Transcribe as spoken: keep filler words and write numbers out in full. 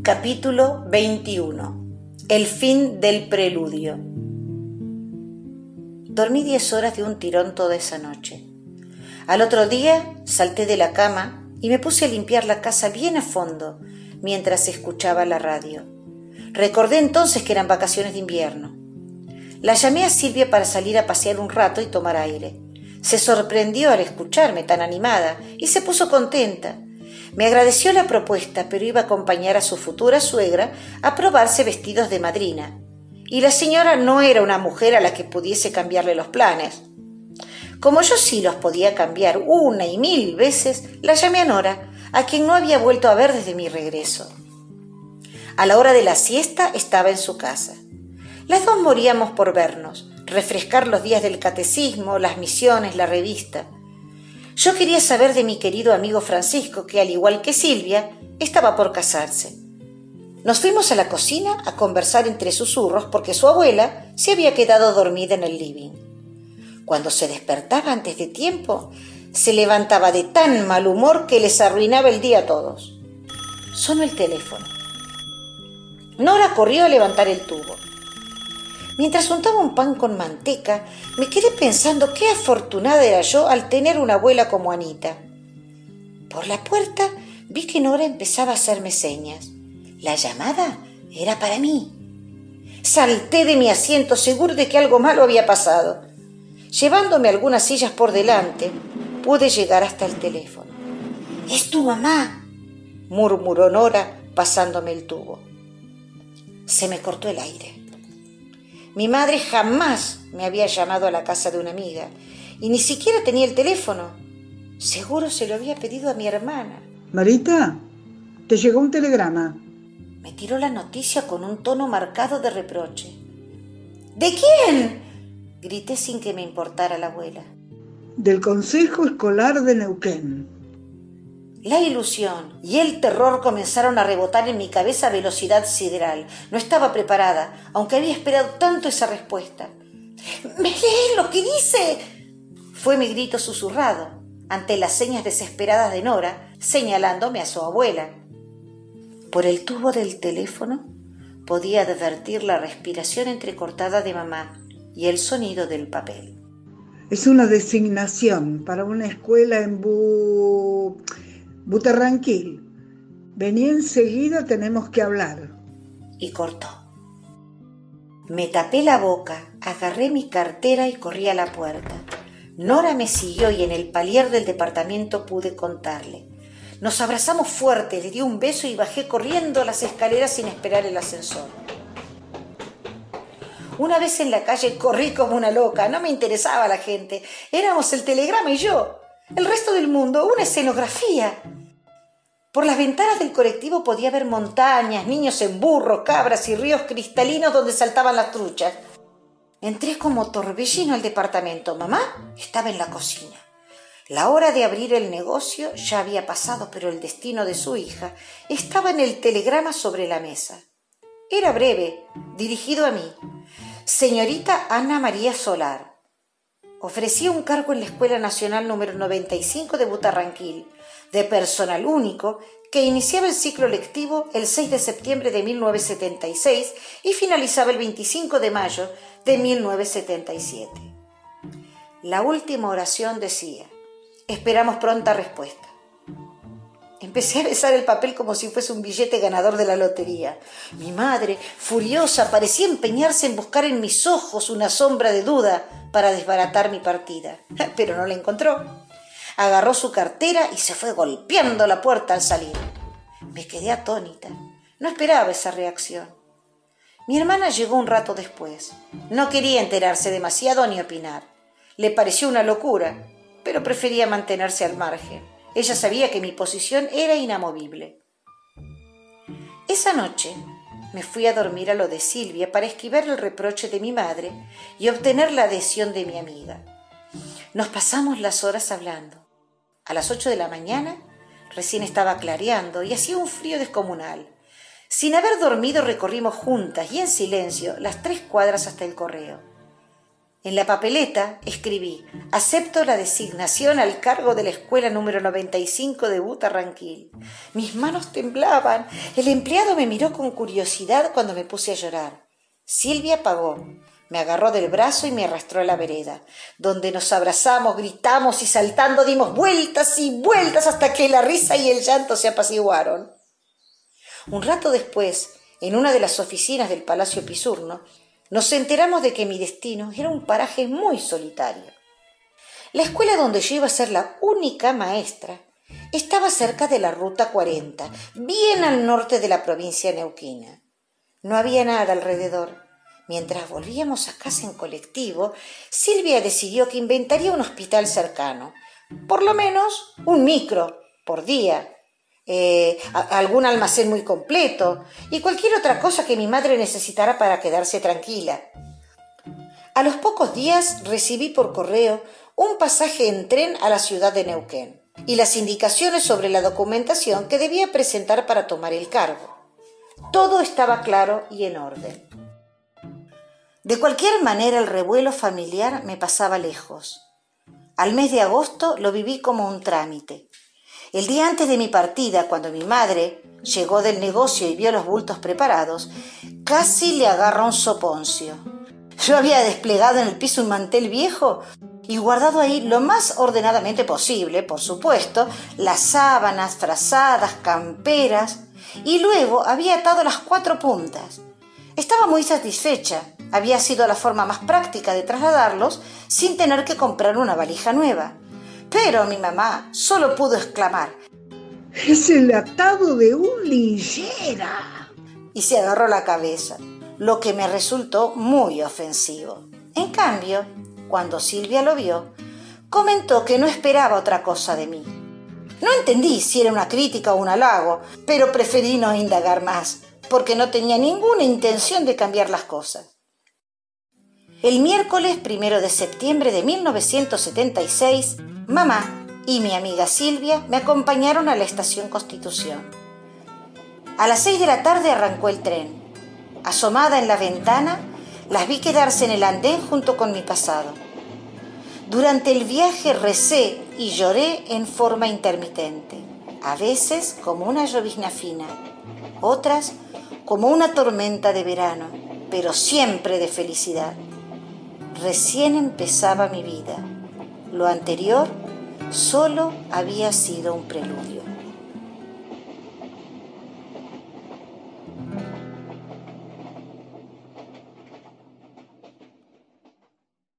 Capítulo veintiuno. El fin del preludio. Dormí diez horas de un tirón toda esa noche. Al otro día salté de la cama y me puse a limpiar la casa bien a fondo mientras escuchaba la radio. Recordé entonces que eran vacaciones de invierno. La llamé a Silvia para salir a pasear un rato y tomar aire. Se sorprendió al escucharme tan animada y se puso contenta. Me agradeció la propuesta, pero iba a acompañar a su futura suegra a probarse vestidos de madrina. Y la señora no era una mujer a la que pudiese cambiarle los planes. Como yo sí los podía cambiar una y mil veces, la llamé a Nora, a quien no había vuelto a ver desde mi regreso. A la hora de la siesta estaba en su casa. Las dos moríamos por vernos, refrescar los días del catecismo, las misiones, la revista. Yo quería saber de mi querido amigo Francisco, que al igual que Silvia, estaba por casarse. Nos fuimos a la cocina a conversar entre susurros porque su abuela se había quedado dormida en el living. Cuando se despertaba antes de tiempo, se levantaba de tan mal humor que les arruinaba el día a todos. Sonó el teléfono. Nora corrió a levantar el tubo. Mientras untaba un pan con manteca, me quedé pensando qué afortunada era yo al tener una abuela como Anita. Por la puerta vi que Nora empezaba a hacerme señas. La llamada era para mí. Salté de mi asiento seguro de que algo malo había pasado. Llevándome algunas sillas por delante, pude llegar hasta el teléfono. «¡Es tu mamá!», murmuró Nora pasándome el tubo. Se me cortó el aire. Mi madre jamás me había llamado a la casa de una amiga y ni siquiera tenía el teléfono. Seguro se lo había pedido a mi hermana. «Marita, te llegó un telegrama». Me tiró la noticia con un tono marcado de reproche. «¿De quién?», grité sin que me importara la abuela. «Del Consejo Escolar de Neuquén». La ilusión y el terror comenzaron a rebotar en mi cabeza a velocidad sideral. No estaba preparada, aunque había esperado tanto esa respuesta. «¿Me lees lo que dice?», fue mi grito susurrado, ante las señas desesperadas de Nora, señalándome a su abuela. Por el tubo del teléfono podía advertir la respiración entrecortada de mamá y el sonido del papel. «Es una designación para una escuela en Bu... Butarranquil. Vení enseguida, tenemos que hablar». Y cortó. Me tapé la boca, agarré mi cartera y corrí a la puerta. Nora me siguió y en el palier del departamento pude contarle. Nos abrazamos fuerte, le di un beso y bajé corriendo las escaleras sin esperar el ascensor. Una vez en la calle corrí como una loca, no me interesaba la gente. Éramos el telegrama y yo. El resto del mundo, una escenografía. Por las ventanas del colectivo podía ver montañas, niños en burro, cabras y ríos cristalinos donde saltaban las truchas. Entré como torbellino al departamento. Mamá estaba en la cocina. La hora de abrir el negocio ya había pasado, pero el destino de su hija estaba en el telegrama sobre la mesa. Era breve, dirigido a mí. «Señorita Ana María Solar. Ofrecía un cargo en la Escuela Nacional número noventa y cinco de Butarranquil, de personal único, que iniciaba el ciclo lectivo el seis de septiembre de mil novecientos setenta y seis y finalizaba el veinticinco de mayo de mil novecientos setenta y siete. La última oración decía: «Esperamos pronta respuesta». Empecé a besar el papel como si fuese un billete ganador de la lotería. Mi madre, furiosa, parecía empeñarse en buscar en mis ojos una sombra de duda para desbaratar mi partida, pero no la encontró. Agarró su cartera y se fue golpeando la puerta al salir. Me quedé atónita. No esperaba esa reacción. Mi hermana llegó un rato después. No quería enterarse demasiado ni opinar. Le pareció una locura, pero prefería mantenerse al margen. Ella sabía que mi posición era inamovible. Esa noche me fui a dormir a lo de Silvia para esquivar el reproche de mi madre y obtener la adhesión de mi amiga. Nos pasamos las horas hablando. A las ocho de la mañana recién estaba clareando y hacía un frío descomunal. Sin haber dormido recorrimos juntas y en silencio las tres cuadras hasta el correo. En la papeleta escribí: acepto la designación al cargo de la escuela número noventa y cinco de Butarranquil. Mis manos temblaban. El empleado me miró con curiosidad cuando me puse a llorar. Silvia pagó, me agarró del brazo y me arrastró a la vereda, donde nos abrazamos, gritamos y saltando dimos vueltas y vueltas hasta que la risa y el llanto se apaciguaron. Un rato después, en una de las oficinas del Palacio Pisurno, nos enteramos de que mi destino era un paraje muy solitario. La escuela donde yo iba a ser la única maestra estaba cerca de la Ruta cuarenta, bien al norte de la provincia neuquina. No había nada alrededor. Mientras volvíamos a casa en colectivo, Silvia decidió que inventaría un hospital cercano, por lo menos un micro por día, eh, a, algún almacén muy completo y cualquier otra cosa que mi madre necesitara para quedarse tranquila. A los pocos días recibí por correo un pasaje en tren a la ciudad de Neuquén y las indicaciones sobre la documentación que debía presentar para tomar el cargo. Todo estaba claro y en orden. De cualquier manera, el revuelo familiar me pasaba lejos. Al mes de agosto lo viví como un trámite. El día antes de mi partida, cuando mi madre llegó del negocio y vio los bultos preparados, casi le agarró un soponcio. Yo había desplegado en el piso un mantel viejo y guardado ahí lo más ordenadamente posible, por supuesto, las sábanas, frazadas, camperas, y luego había atado las cuatro puntas. Estaba muy satisfecha. Había sido la forma más práctica de trasladarlos sin tener que comprar una valija nueva. Pero mi mamá solo pudo exclamar: ¡es el atado de un linchera! Y se agarró la cabeza, lo que me resultó muy ofensivo. En cambio, cuando Silvia lo vio, comentó que no esperaba otra cosa de mí. No entendí si era una crítica o un halago, pero preferí no indagar más, porque no tenía ninguna intención de cambiar las cosas. El miércoles primero de septiembre de mil novecientos setenta y seis, mamá y mi amiga Silvia me acompañaron a la estación Constitución. A las seis de la tarde arrancó el tren. Asomada en la ventana, las vi quedarse en el andén junto con mi pasado. Durante el viaje recé y lloré en forma intermitente, a veces como una llovizna fina, otras como una tormenta de verano, pero siempre de felicidad. Recién empezaba mi vida. Lo anterior solo había sido un preludio.